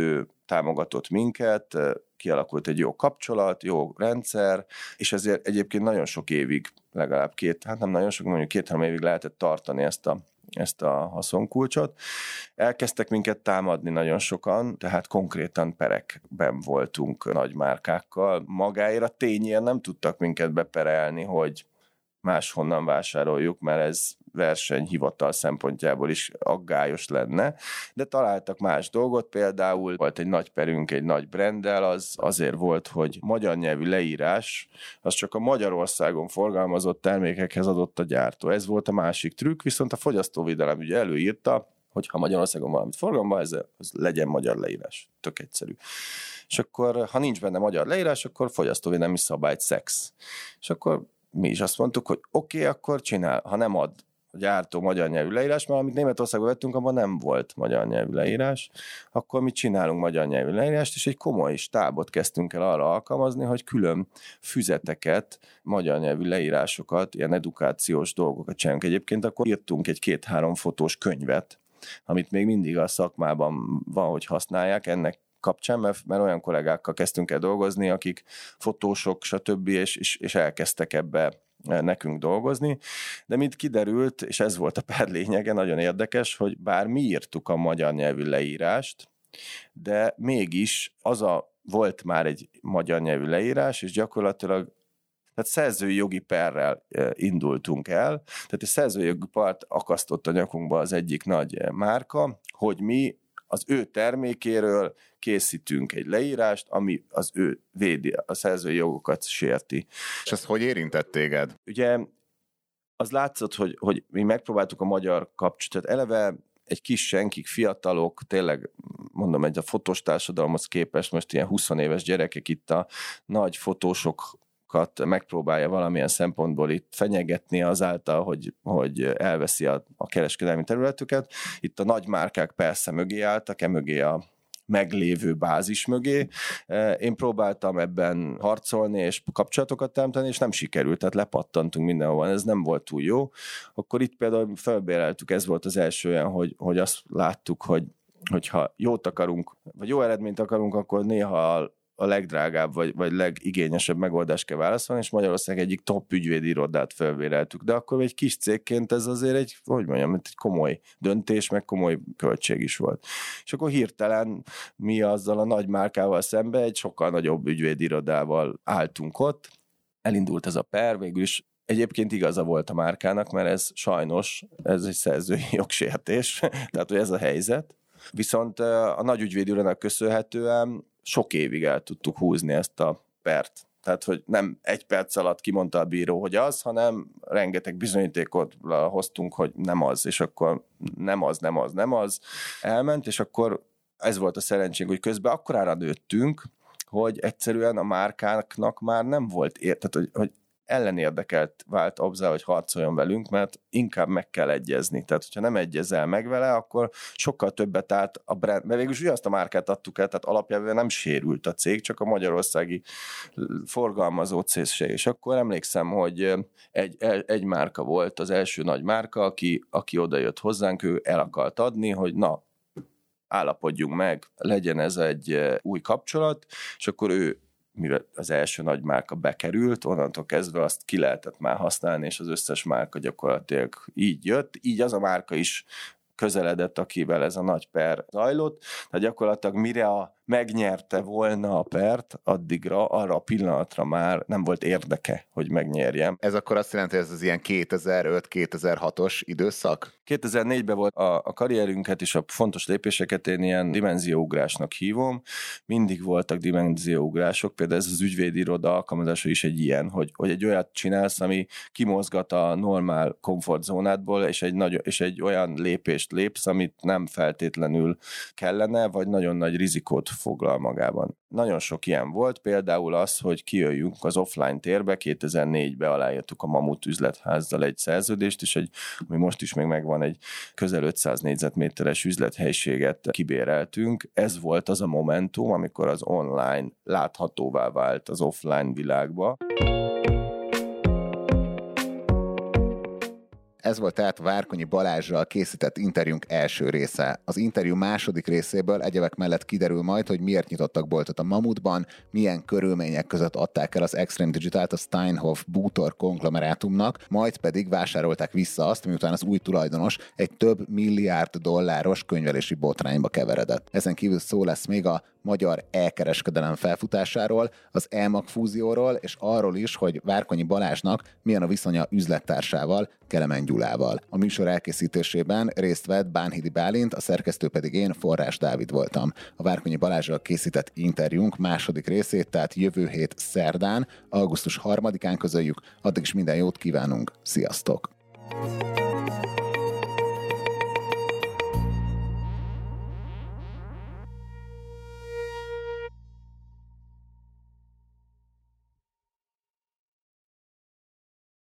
támogatott minket, kialakult egy jó kapcsolat, jó rendszer, és ezért egyébként nagyon sok évig, legalább nem nagyon sok, mondjuk 2-3 évig lehetett tartani ezt a haszonkulcsot. Elkezdtek minket támadni nagyon sokan, tehát konkrétan perekben voltunk nagy márkákkal. Magáért a tényért nem tudtak minket beperelni, hogy máshonnan vásároljuk, mert ez versenyhivatal szempontjából is aggályos lenne, de találtak más dolgot, például volt egy nagy perünk egy nagy branddel, az azért volt, hogy magyar nyelvű leírás, az csak a Magyarországon forgalmazott termékekhez adott a gyártó. Ez volt a másik trükk, viszont a fogyasztóvédelem ugye előírta, hogy ha Magyarországon valamit forgalomba, ez legyen magyar leírás. Tök egyszerű. És akkor, ha nincs benne magyar leírás, akkor fogyasztóvédelmi szabályt szex. És akkor mi is azt mondtuk, hogy oké, akkor csinál, ha nem ad a gyártó magyar nyelvű leírás, mert amit Németországban vettünk, abban nem volt magyar nyelvű leírás, akkor mi csinálunk magyar nyelvű leírást, és egy komoly stábot kezdtünk el arra alkalmazni, hogy külön füzeteket, magyar nyelvű leírásokat, ilyen edukációs dolgokat csinálunk. Egyébként akkor írtunk egy 2-3 fotós könyvet, amit még mindig a szakmában van, hogy használják, ennek kapcsán, mert olyan kollégákkal kezdtünk el dolgozni, akik fotósok, stb. És elkezdtek ebbe nekünk dolgozni, de mint kiderült, és ez volt a per lényege, nagyon érdekes, hogy bár mi írtuk a magyar nyelvű leírást, de mégis volt már egy magyar nyelvű leírás, és gyakorlatilag tehát szerzői jogi perrel indultunk el, tehát a szerzői jogi pert akasztott a nyakunkba az egyik nagy márka, hogy mi az ő termékéről készítünk egy leírást, ami az ő védi, a szerzői jogokat sérti. És ez hogy érintett téged? Ugye az látszott, hogy mi megpróbáltuk a magyar kapcsolatot. Eleve egy kis senkik, fiatalok, tényleg mondom, a fotós társadalomhoz képest most ilyen 20 éves gyerekek itt a nagy fotósok megpróbálja valamilyen szempontból itt fenyegetni azáltal, hogy elveszi a kereskedelmi területüket. Itt a nagy márkák persze mögé álltak, mögé a meglévő bázis mögé. Én próbáltam ebben harcolni és kapcsolatokat teremteni, és nem sikerült, tehát lepattantunk mindenhol, ez nem volt túl jó. Akkor itt például felbéreltük, ez volt az első olyan, hogy azt láttuk, hogy ha jót akarunk, vagy jó eredményt akarunk, akkor néha a legdrágább, vagy legigényesebb megoldást kell válaszolni, és Magyarország egyik top ügyvédi irodát felbéreltük. De akkor egy kis cégként ez azért egy komoly döntés, meg komoly költség is volt. És akkor hirtelen mi azzal a nagy márkával szembe egy sokkal nagyobb ügyvédi irodával álltunk ott. Elindult ez a per, végül is egyébként igaza volt a márkának, mert ez sajnos, ez egy szerzői jogsértés, tehát hogy ez a helyzet. Viszont a nagy ügyvédi irodának köszönhetően sok évig el tudtuk húzni ezt a pert. Tehát, hogy nem 1 perc alatt kimondta a bíró, hogy az, hanem rengeteg bizonyítékot hoztunk, hogy nem az, és akkor nem az. Elment, és akkor ez volt a szerencsénk, hogy közben akkorára nőttünk, hogy egyszerűen a márkáknak már nem volt tehát, hogy ellenérdekelt vált Abzál, hogy harcoljon velünk, mert inkább meg kell egyezni. Tehát, hogyha nem egyezel meg vele, akkor sokkal többet állt a brand, mert végülis ugyanazt a márkát adtuk el, tehát alapjában nem sérült a cég, csak a magyarországi forgalmazó cég. És akkor emlékszem, hogy egy márka volt, az első nagy márka, aki odajött hozzánk, ő el akart adni, hogy na, állapodjunk meg, legyen ez egy új kapcsolat, és akkor ő, mivel az első nagy márka bekerült, onnantól kezdve azt ki lehetett már használni, és az összes márka gyakorlatilag így jött. Így az a márka is közeledett, akivel ez a nagy per zajlott. Tehát gyakorlatilag mire megnyerte volna a pert, addigra, arra a pillanatra már nem volt érdeke, hogy megnyerjem. Ez akkor azt jelenti, hogy ez az ilyen 2005-2006-os időszak? 2004-ben volt a karrierünket és a fontos lépéseket én ilyen dimenzióugrásnak hívom. Mindig voltak dimenzióugrások, például ez az ügyvédi iroda alkalmazása is egy ilyen, hogy egy olyat csinálsz, ami kimozgat a normál komfortzónádból, és egy olyan lépést lépsz, amit nem feltétlenül kellene, vagy nagyon nagy rizikót foglal magában. Nagyon sok ilyen volt, például az, hogy kijöjjünk az offline térbe, 2004-ben aláírtuk a Mamut üzletházzal egy szerződést, és ami most is még megvan, egy közel 500 négyzetméteres üzlethelyiséget kibéreltünk. Ez volt az a momentum, amikor az online láthatóvá vált az offline világba. Ez volt tehát Várkonyi Balázssal készített interjúnk első része. Az interjú második részéből egyebek mellett kiderül majd, hogy miért nyitottak boltot a Mamutban, milyen körülmények között adták el az Extreme Digitalt a Steinhoff Bútor konglomerátumnak, majd pedig vásárolták vissza azt, miután az új tulajdonos egy több milliárd dolláros könyvelési botrányba keveredett. Ezen kívül szó lesz még a magyar e-kereskedelem felfutásáról, az e-mag fúzióról, és arról is, hogy Várkonyi Balázsnak milyen a viszonya üzlettársával, Kelemen Gyulával. A műsor elkészítésében részt vett Bánhidi Bálint, a szerkesztő pedig én, Forrás Dávid voltam. A Várkonyi Balázsral készített interjúnk második részét, tehát jövő hét szerdán, augusztus 3-án közöljük. Addig is minden jót kívánunk, sziasztok!